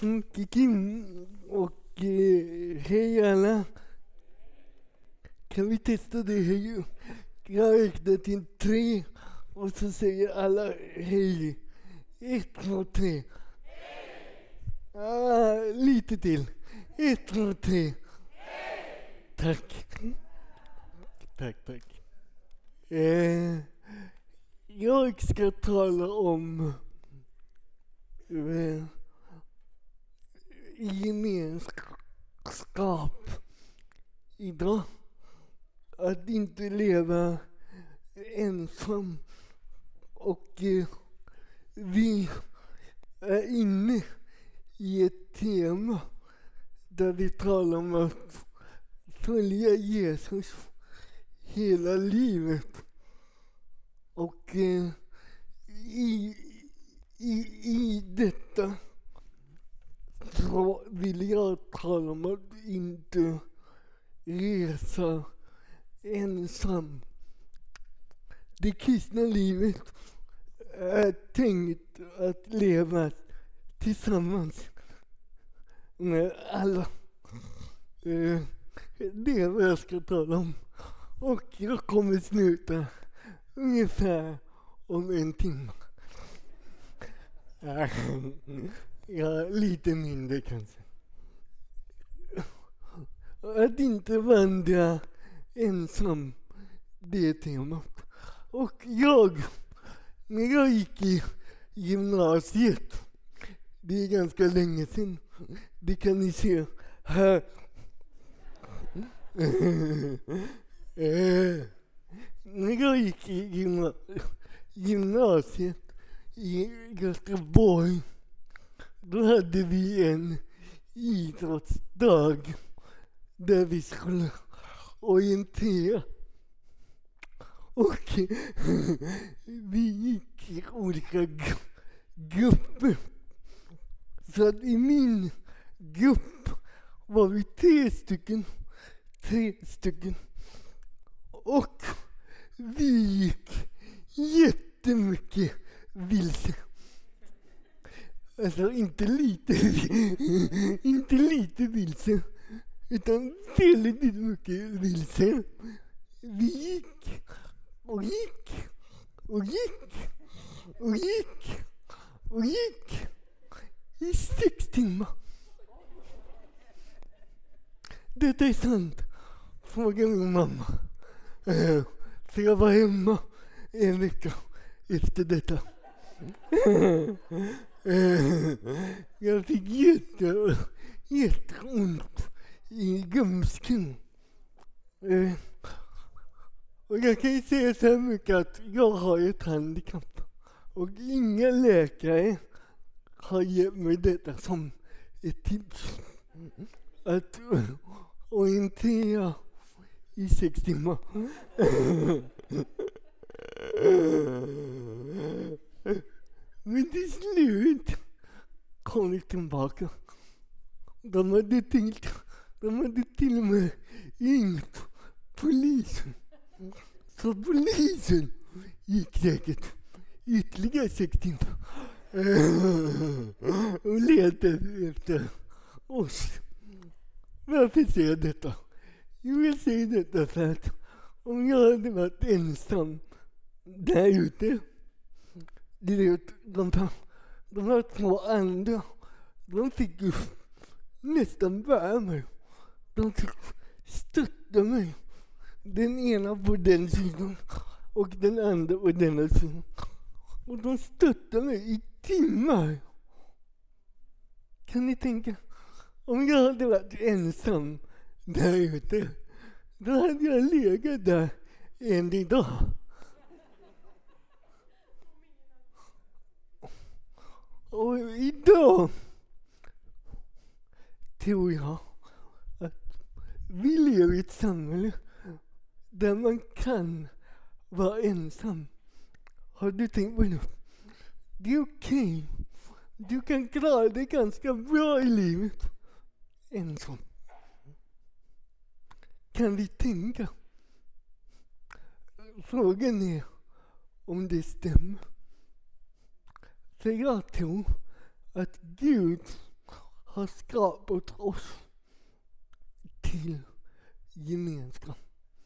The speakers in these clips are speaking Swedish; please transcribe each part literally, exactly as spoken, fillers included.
så mycket, Kim, och eh, hej alla. Kan vi testa det här? Jag räknar till tre och så säger alla hej. Ett, två, tre. Ah, lite till. Ett, två, tre. Tack. Tack, tack. Eh, jag ska tala om eh, gemenskap idag. Att inte leva ensam. Och eh, vi är inne i ett tema där vi talar om att följa Jesus hela livet. Och eh, i, i, i detta så vill jag tala om att inte resa ensam. Det kristna livet är tänkt att leva tillsammans med alla. Eh, det är vad jag ska tala om. Och jag kommer sluta ungefär om en timme. Ja, lite mindre kanske. Att inte vandra ensam, det är temat. Och jag, när jag gick i gymnasiet, det är ganska länge sedan, det kan ni se här. eh, när jag gick i gymna- gymnasiet i Göteborg, då hade vi en idrottsdag där vi skulle orientera. Och vi gick i olika g- grupper. Så att i min grupp var vi tre stycken. Tre stycken. Och vi gick jättemycket vilse. Alltså inte lite, inte lite vilse, utan väldigt mycket vilse. Vi gick och gick och gick och gick och gick i sex timmar. Detta är sant. Fråga min mamma. Uh, för jag var hemma en vecka efter detta. uh, jag fick jätte, jätteont i gumsken. Uh, och jag kan ju säga så här mycket att jag har ett handikapp. Och inga läkare har gett mig detta som ett tips. Att uh, orientera i sex timmar. Men till slut kom vi tillbaka. De hade tänkt, de hade till och med ringt polisen. Så polisen gick säkert ytterligare sex timmar och letade efter oss. Varför säger jag detta? Jag vill säga detta för att om jag hade varit ensam där ute, du vet, de, de här två andra, de fick ju nästan bära mig. De fick stötta mig. Den ena på den sidan och den andra på den sidan. Och de stöttade mig i timmar. Kan ni tänka? Om jag hade varit ensam där ute, då hade jag legat där en idag. Och idag tror jag att vi lever i ett samhälle där man kan vara ensam. Har du tänkt på det? Det är okej. Du kan klara det ganska bra i livet ensam. Kan vi tänka? Frågan är om det stämmer. För jag tror att Gud har skapat oss till gemenskap.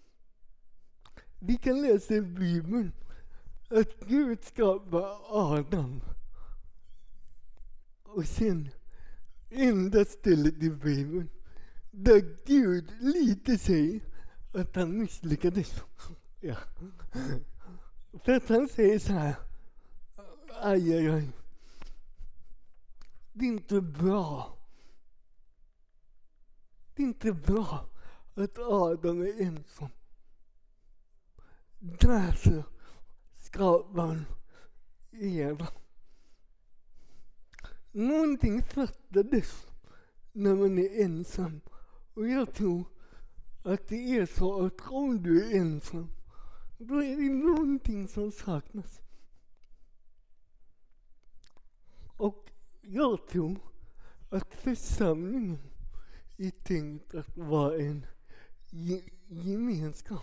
Vi kan läsa i Bibeln att Gud skapar Adam. Och sen enda stället i Bibeln där Gud lite säger att han misslyckades. Ja. För att han säger så här: aj, aj, aj. Det är inte bra. Det är inte bra att Adam är ensam. Därför skapar han Eva. Någonting fattades när man är ensam. Och jag tror att det är så att om du är ensam, då är det någonting som saknas. Och jag tror att församlingen är tänkt att vara en ge- gemenskap.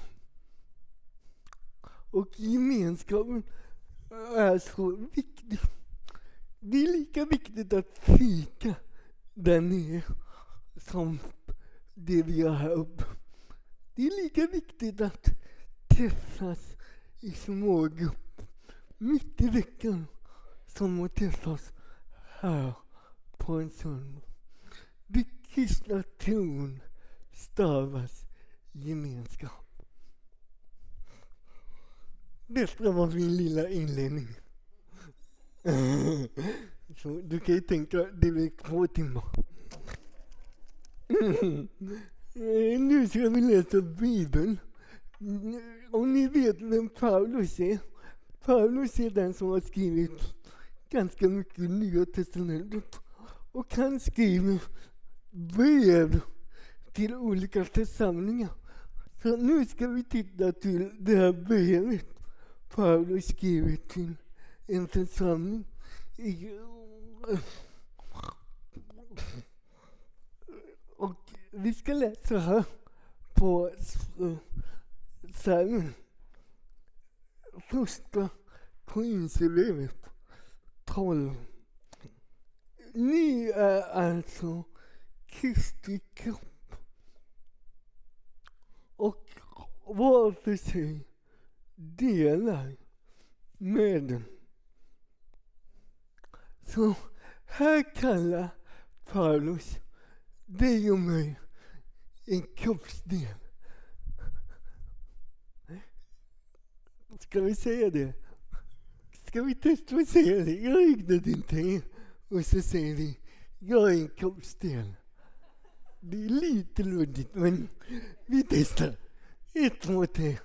Och gemenskapen är så viktig. Det är lika viktigt att fika där nere som det vi har här uppe. Det är lika viktigt att träffas i små grupper mitt i veckan som att träffas här på en söndag. Det kristna tron stavas gemenskap. Detta var min lilla inledning. Så du kan ju tänka, det blir två timmar. Nu ska vi läsa Bibeln. Om ni vet vem Paulus är. Paulus är den som har skrivit ganska mycket i Nya testamentet. Och han skriver brev till olika församlingar. Så nu ska vi titta till det här brevet Paulus skriver till en församling i, och vi ska läsa här på psalmen, första Korinthierbrevet tolv. Ni är alltså Kristi kropp och var för sig delar med den. Så här kallar Paulus dig och mig en kroppsdel. Ska vi säga det? Ska vi testa att säga det? Jag räknar inte er. Och så säger vi, jag är en kroppsdel. Det är lite luddigt, men vi testar. Ett, två, tre.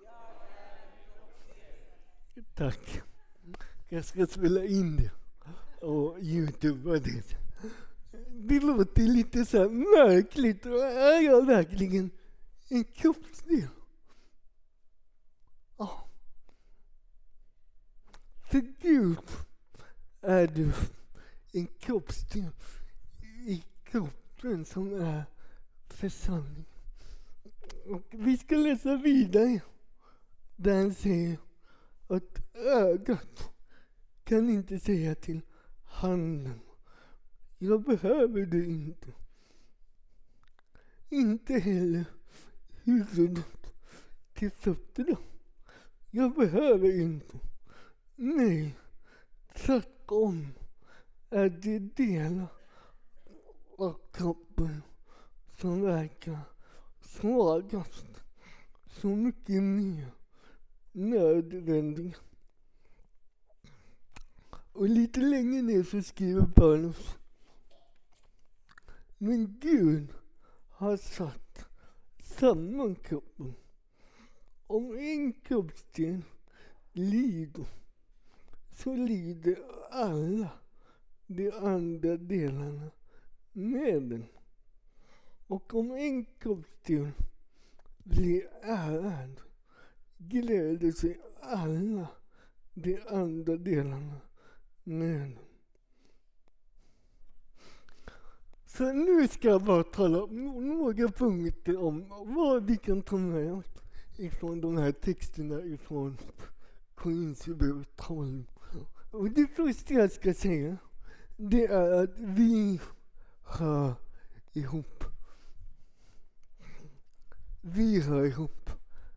Tack. Jag ska spela in det och YouTube det. Det låter lite så här märkligt. Är jag verkligen en kroppsdel? Ja. För Gud är du en kroppsdel i kroppen som är församling. Och vi ska läsa vidare där han säger att ögat kan inte säga till handen, jag behöver det inte. Inte heller huvudet till fötterna. Jag behöver inte. Nej, tvärtom är det delar av kroppen som verkar svagast så mycket mer nödvändiga. Och lite längre ner så skriver Paulus, men Gud har satt samman kroppen. Om en kroppsdel lider så lider alla de andra delarna med den. Och om en kroppsdel blir ärad gläder sig alla de andra delarna med den. Så nu ska jag bara tala om några punkter om vad vi kan ta med oss ifrån de här texterna ifrån Korinthierbrevet tolv. Och det första jag ska säga, det är att vi hör ihop. Vi hör ihop.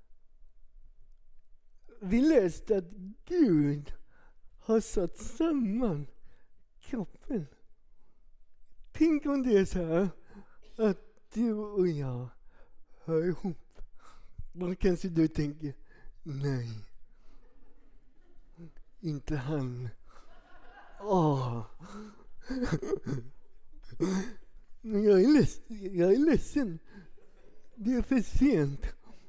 Vi läste att Gud har satt samman kroppen. Tänk om det är så här att du och jag hör ihop. Då kanske du tänker, nej, inte han. Åh. Men jag är ledsen. Jag är ledsen. Det är för sent.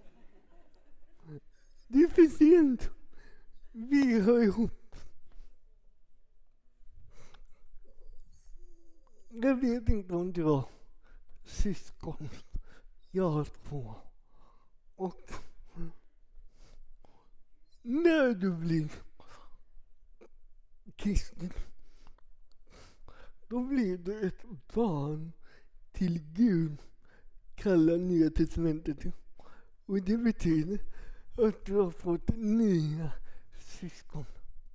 Det är för sent. Vi hör ihop. Jag vet inte om du har syskon. Jag har två. Och när du blir kristen, då blir du ett barn till Gud, kallar Nya testamentet. Och det betyder att du har fått nya syskon.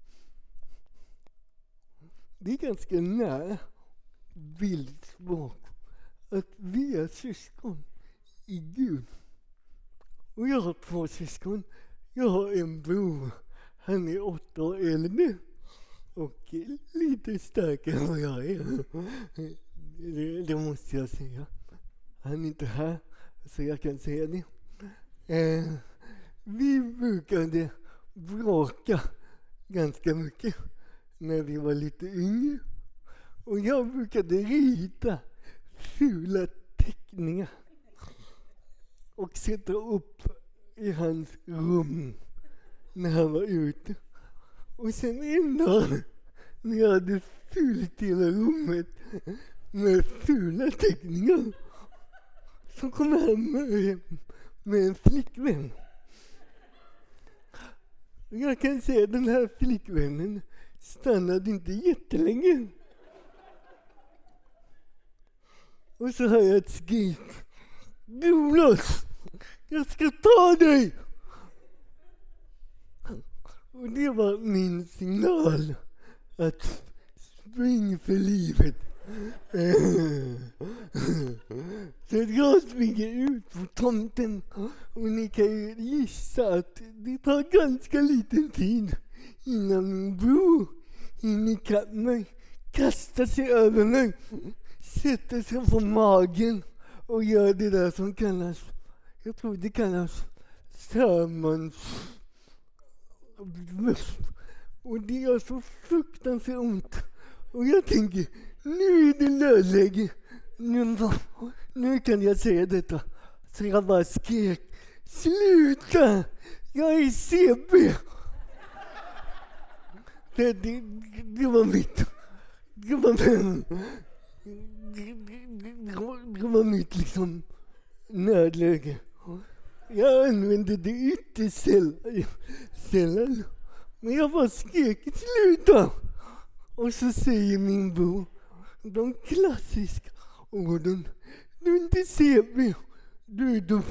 Det är ganska nära bildspråk att vi är syskon i Gud. Och jag har två syskon. Jag har en bror. Han är åtta år äldre och lite starkare än vad jag är. Det, det måste jag säga. Han är inte här, så jag kan säga det. Eh, vi brukade bråka ganska mycket när vi var lite yngre. Och jag brukade rita fula teckningar och sätta upp i hans rum när han var ute. Och sen en dag när jag hade fyllt hela rummet med fula teckningar, så kom han med, med en flickvän. Jag kan säga att den här flickvännen stannade inte jättelänge. Och så hör jag ett skrik. Douglas, jag ska ta dig! Och det var min signal att springa för livet. Så jag springer ut på tomten, och ni kan ju gissa att det tar ganska liten tid innan min bror in i kapp mig, kastar sig över mig, sätter sig på magen och gör det där som kallas, jag tror det kallas sörmans. Och det gör så fruktansvärt ont. Och jag tänker, nu är det nödläge. Nu, nu kan jag säga detta. Så jag bara skrek, sluta! Jag är C B! Det, det, det var mitt. Det var, det, det, det var mitt liksom nödläge. Jag använde det ytterst sällan. Men jag bara skrek, sluta! Och så säger min bror de klassiska orden, du är inte C B, du är dum.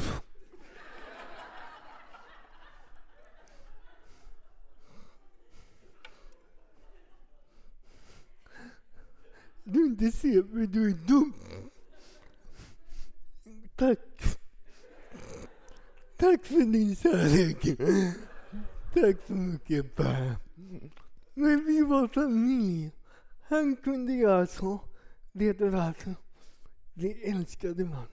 Du är inte C B, du är dum. Tack. Tack för din kärlek. Tack så mycket, pappa. Men vi var familj. Han kunde göra så. Vet du varför? Vi älskade man.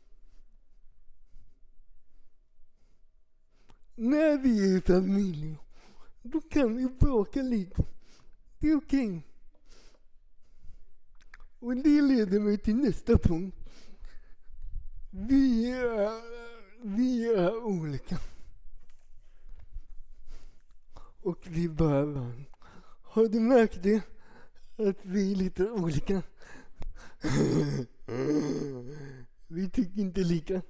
När vi är familj, då kan vi bråka lite. Det är okej. Okay. Och det leder mig till nästa punkt. Vi är, vi är olika. Och vi behöver. Har du märkt det? Att vi är lite olika. Vi tycker inte lika.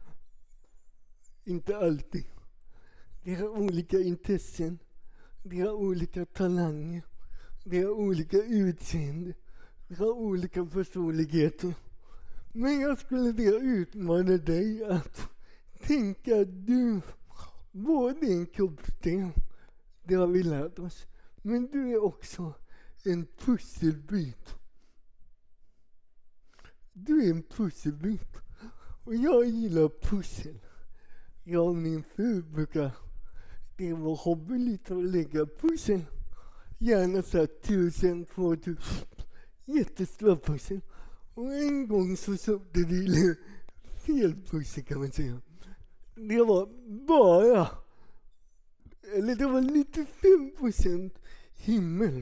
Inte alltid. Vi har olika intressen. Vi har olika talanger. Vi har olika utseende. Vi har olika personligheter. Men jag skulle vilja utmana dig att tänka att du både en kroppsdel, det har vi lärt oss, men du är också en pusselbit. Du är en pusselbit. Och jag gillar pussel. Jag och min fru brukar, det var hobby lite att lägga pussel. Gärna så här tusen, två tusen. Jättestora pussel. Och en gång så köpte vi fel pussel kan man säga. Det var bara, eller det var nittiofem procent himmel.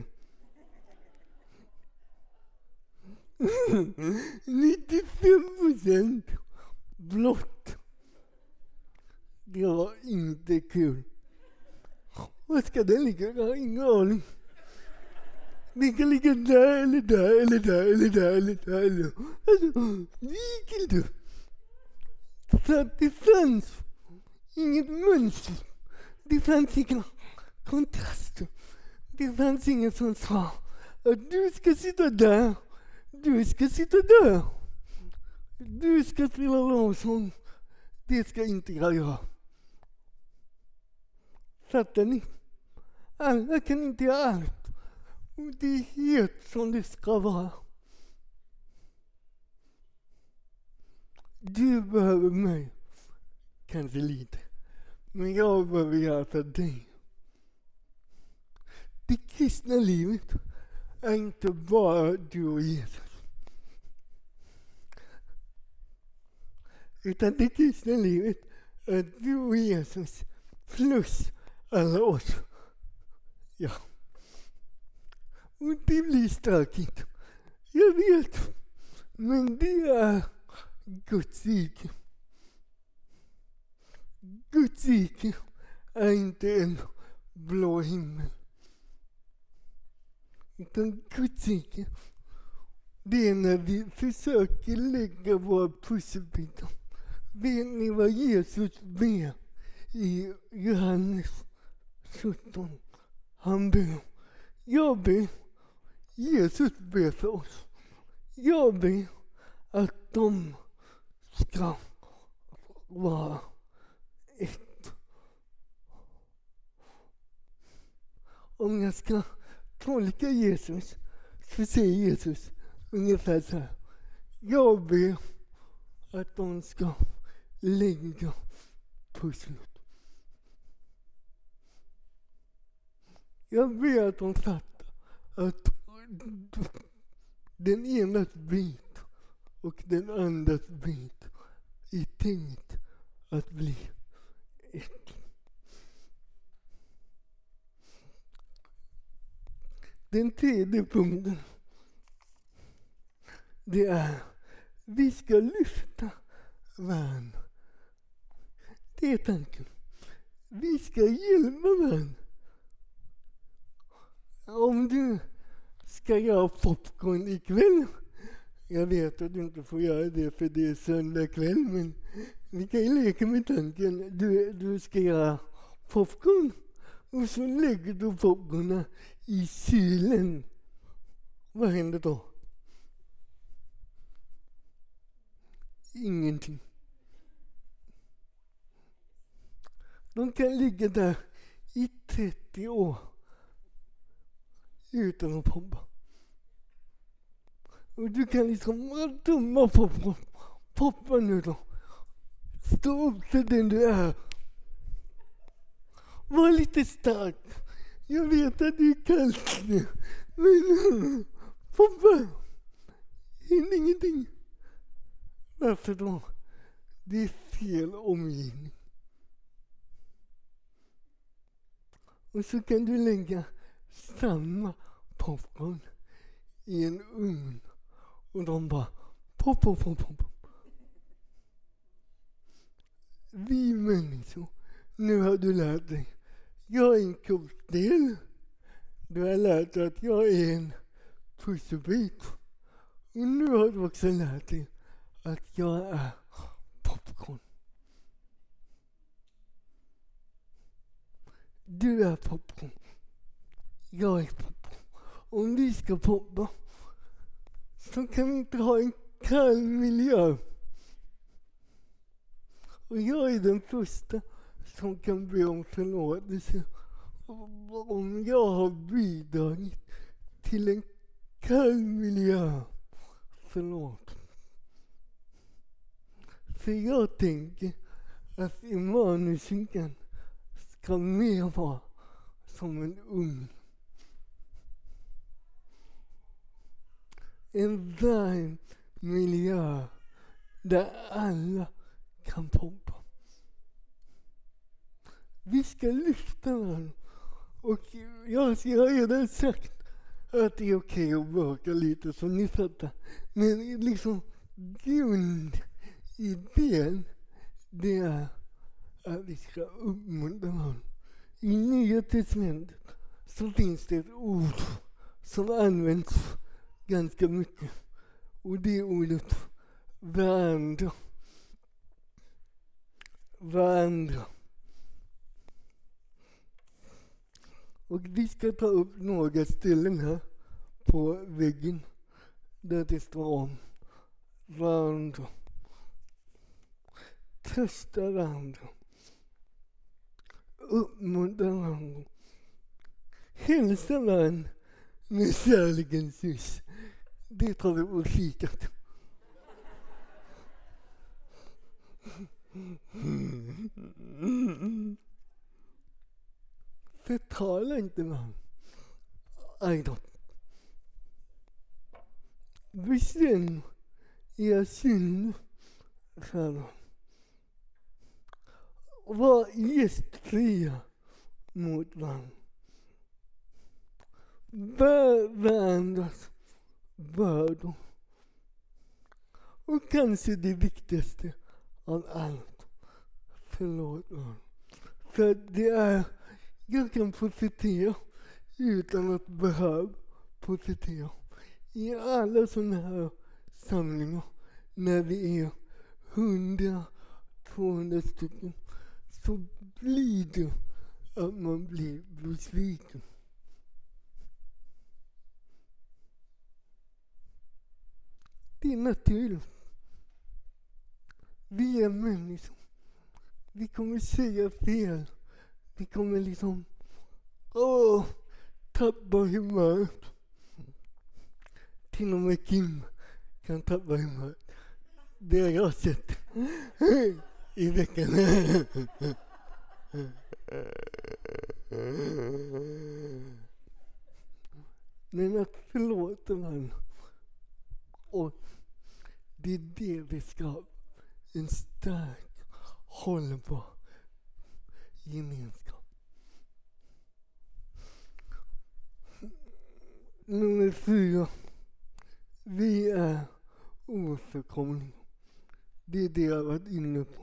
nittiofem procent blått. Det var inte kul. Vad ska den ligga? Jag har ingen aning. Den kan ligga där eller där eller där eller där eller där. Eller. Alltså, det gick inte. För att det fanns inget mönster. Det fanns inga kontraster. Det fanns ingen som sa att du ska sitta där. Du ska sitta där. Du ska spela lovsång. Det ska inte jag göra. Fattar ni? Alla kan inte göra allt. Och det är helt som det ska vara. Du behöver mig. Kanske lite. Men jag behöver göra för dig. Det kristna livet är inte bara du och Jesus. Utan det kristna livet är du och Jesus plus alla oss. Ja. Och det blir stökigt. Jag vet. Men det är Guds rike. Guds rike är inte en blå himmel. Utan Guds rike, det är när vi försöker lägga våra pusselbitar. Vet ni vad Jesus ber i Johannes sjutton? Han ber. Jag ber. Jesus ber för oss. Jag ber att de ska vara ett. Om jag ska tolka Jesus så säger Jesus ungefär så här. Jag ber att de ska lägga pusslet. Jag ber att de fattar att den enas bit och den andras bit är tänkt att bli ett. Den tredje punkten, det är vi ska lyfta varandra. Det är tanken. Vi ska hjälpa varandra. Om du ska göra popcorn ikväll, jag vet att du inte får göra det för det är söndag kväll, men vi kan ju leka med tanken. Du, du ska göra popcorn och så lägger du popcornen i kylen. Vad händer då? Ingenting. De kan ligga där i trettio år utan att poppa. Och du kan liksom vara dumma poppa. Poppa nu då. Stå upp till den du är. Var lite stark. Jag vet att du är kallt nu. Men poppa. Händer ingenting. Varför då? Det är fel omgivning. Och så kan du lägga samma popcorn i en ugn. Och de bara pop, pop, pop, pop. Vi människor, nu har du lärt dig. Jag är en cocktail. Du har lärt dig att jag är en pusselbit. Och nu har du också lärt dig att jag är popcorn. Du är popcorn. Jag är popcorn. Om vi ska poppa så kan vi inte ha en kall miljö. Och jag är den första som kan be om förlåtelse om jag har bidragit till en kall miljö. Förlåt. För jag tänker att Immanuelskyrkan ska mer vara som en ugn. En varm miljö där alla kan poppa. Vi ska lyfta varandra. Och jag, jag har redan sagt att det är okej att bråka lite, så ni fattar. Men liksom grundidén, det är att vi ska uppmuntra varandra. I Nya testamentet så finns det ett ord som används ganska mycket. Och det är ordet varandra. Varandra. Och vi ska ta upp några ställen här på väggen där det står om varandra. Trösta varandra. Uppmuntra varandra. Hälsa varandra med kärlekens kyss. Det tar vi på fikat. Förtala inte varandra. Aj då. Bekänn era synder för varandra. Var gästfria mot varandra. Bär varandras bördor. Och kanske det viktigaste av allt. Förlåt varandra. För det är, jag kan profetera utan att behöva profetera. I alla sådana här samlingar, när vi är hundra, tvåhundra stycken, så blir det att man blir besviken. Det är naturligt. Vi är människor. Vi kommer säga fel. Vi kommer liksom åh, tappa humöret. Till och med Kim kan tappa humöret. Det har jag sett i veckan. Men att förlåta varandra, och det är det vi ska ha. En stark, hållbar gemenskap. Nummer fyra. Vi är ofullkomliga. Det är det jag har varit inne på.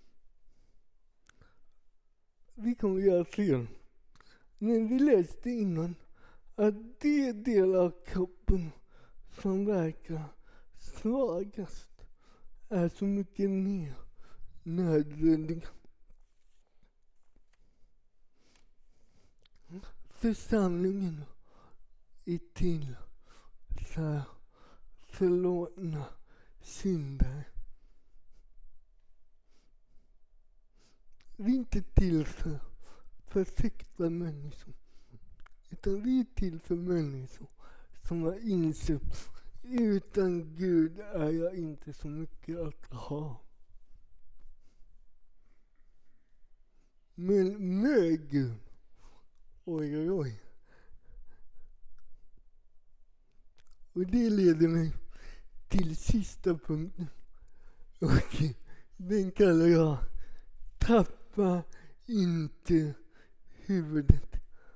Vi kommer göra fel. Men vi läste innan att det delar av kroppen som verkar svagast är så mycket mer nödvändiga. Församlingen är till för förlåtna syndare. Vi är inte till för perfekta människor, utan vi är till för människor som har insett utan Gud är jag inte så mycket att ha. Men med Gud, oj oj oj. Och det leder mig till sista punkten. Och den kallar jag tappa inte huvudet.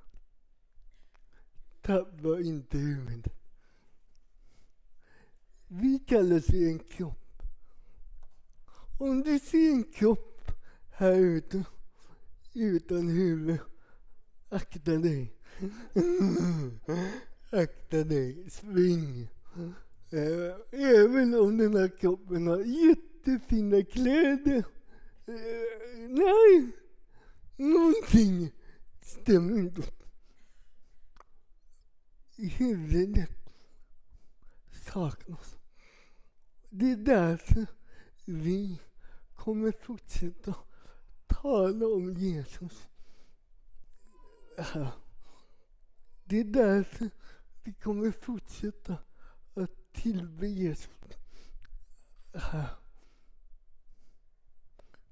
Tappa inte huvudet. Vi kallar sig en kropp. Om du ser en kropp här ute utan huvud, akta dig. Akta dig, spring. Även om den här kroppen har jättefina kläder. Nej, någonting stämmer inte. I huvudet saknas. Det är därför vi kommer fortsätta tala om Jesus. Det är därför vi kommer fortsätta att tillbe Jesus.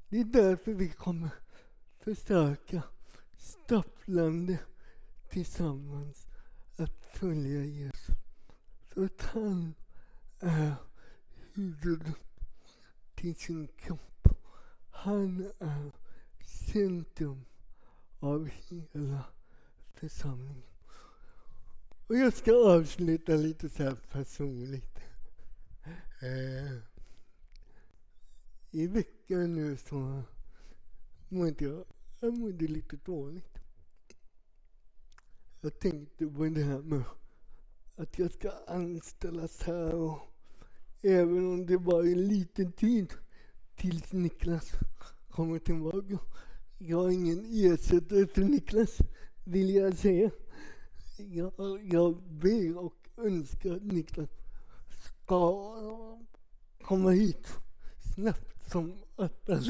Det är därför vi kommer försöka stapplande tillsammans att följa Jesus. Så att han är huvudet till sin kropp. Han är centrum av hela församlingen. Och jag ska avsluta lite så här personligt. Eh, I veckan nu så mådde jag, jag mådde lite dåligt. Jag tänkte på det här med att jag ska anställas här, och även om det var en liten tid tills Niklas kommer tillbaka. Jag har ingen ersättare för Niklas, vill jag säga. Jag, jag ber och önskar att Niklas ska komma hit snabbt som attan.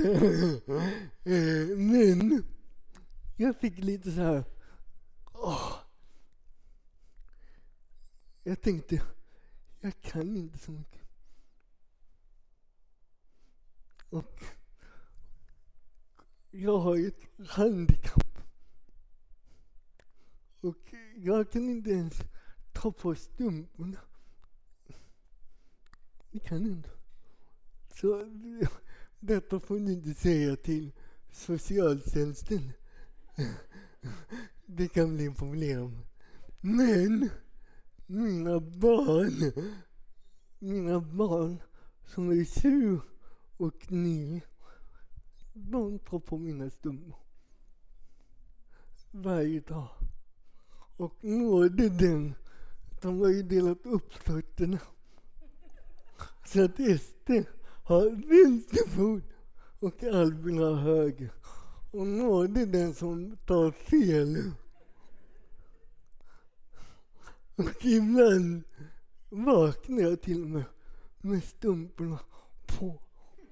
Men jag fick lite så här. Åh. Jag tänkte, jag kan inte så mycket. Och jag har ett handikapp. Och jag kan inte ens ta på stumporna. Det kan inte. Så detta får ni inte säga till socialtjänsten. Det kan bli problem. Men mina barn, mina barn som är sju och nio, de tar på mina stummor varje dag. Och nådde den, de har ju delat upp fötterna. Så att Ester har vänsterfot och Albin har höger. Och nådde den som tar fel. Och ibland vaknar jag till och med med stumporna på.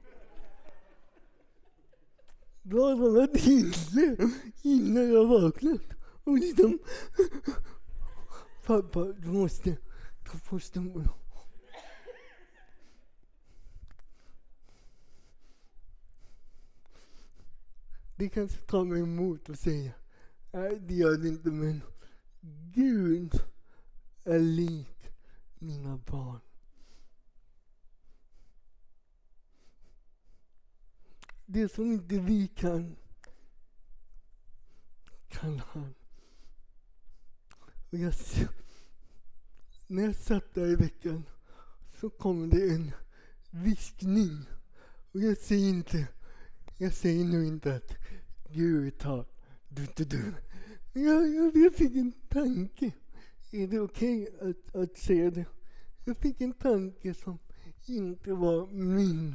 Då har de varit inne innan jag vaknat. Och liksom, pappa, du måste ta på stumporna. Det kanske tar mig emot att säga, nej det gör det inte, men Gud är lik mina barn. Det som inte vi kan, kan han. Och jag, när jag satt där i veckan så kom det en viskning. Och jag säger inte, jag säger nu inte att Gud tar du, du, du. Jag, jag, jag fick en tanke. Är det okej okay att, att säga det? Jag fick en tanke som inte var min.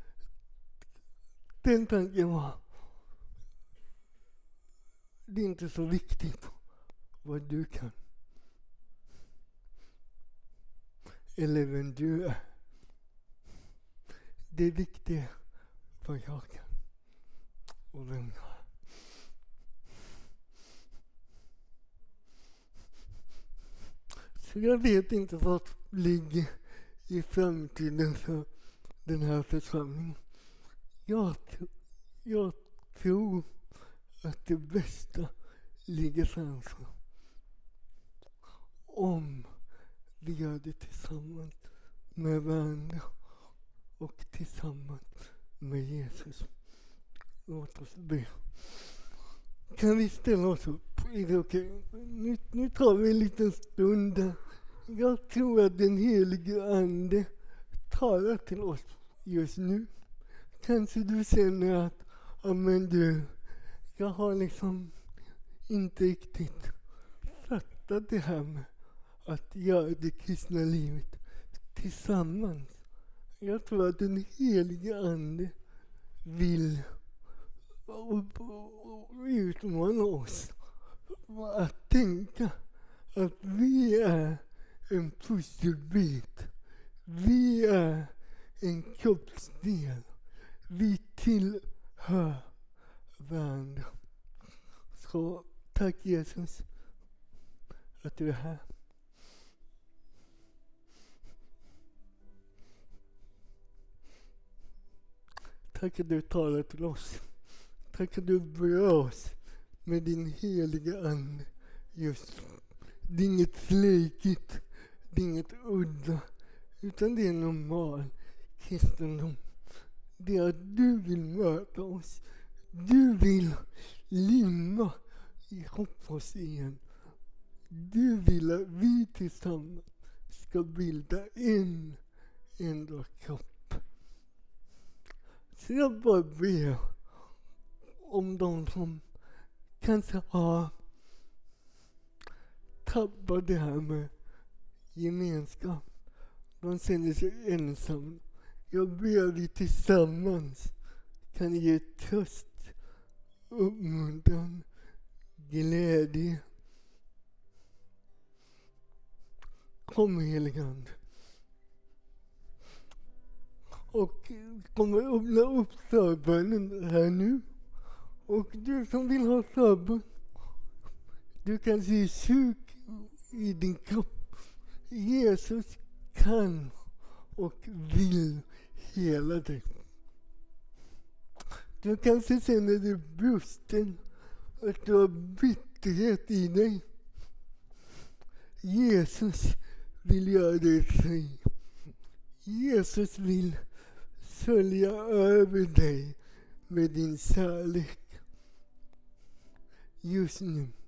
Den tanken var, det är inte så viktigt vad du kan. Eller vem du är. Det viktiga är vad jag kan. Och vem jag är. Så jag vet inte vad som ligger i framtiden för den här församlingen. Jag, jag tror att det bästa ligger framför. Om vi gör det tillsammans med varandra och tillsammans med Jesus. Låt oss be. Kan vi ställa oss upp? Är det okej? Nu, nu tar vi en liten stund där. Jag tror att den helige ande talar till oss just nu. Kanske du känner att, ja men du, jag har liksom inte riktigt fattat det här med att göra det kristna livet tillsammans. Jag tror att den helige ande vill utmana oss att tänka att vi är en pusselbit. Vi är en kroppsdel. Vi tillhör varandra. Så tack Jesus att du är här. Tack att du talar till oss. Tack att du berör oss med din heliga ande just. Det är inget fläkigt, det är inget udda, utan det är normal kristendom. Det är att du vill möta oss. Du vill limma ihop oss igen. Du vill att vi tillsammans ska bilda en enda kropp. Så jag bara ber om de som kanske har tappat det här med gemenskap. De känner sig ensamma. Jag ber att vi tillsammans kan ge tröst, uppmuntran, glädje. Kom helige Ande. Och kommer öppna upp förbönen här nu. Och du som vill ha förbön, du kan se sjuk i din kropp. Jesus kan och vill hela dig. Du kanske känner dig brusten, att du har bitterhet i dig. Jesus vill göra dig fri. Jesus vill sörja över dig med din kärlek just nu.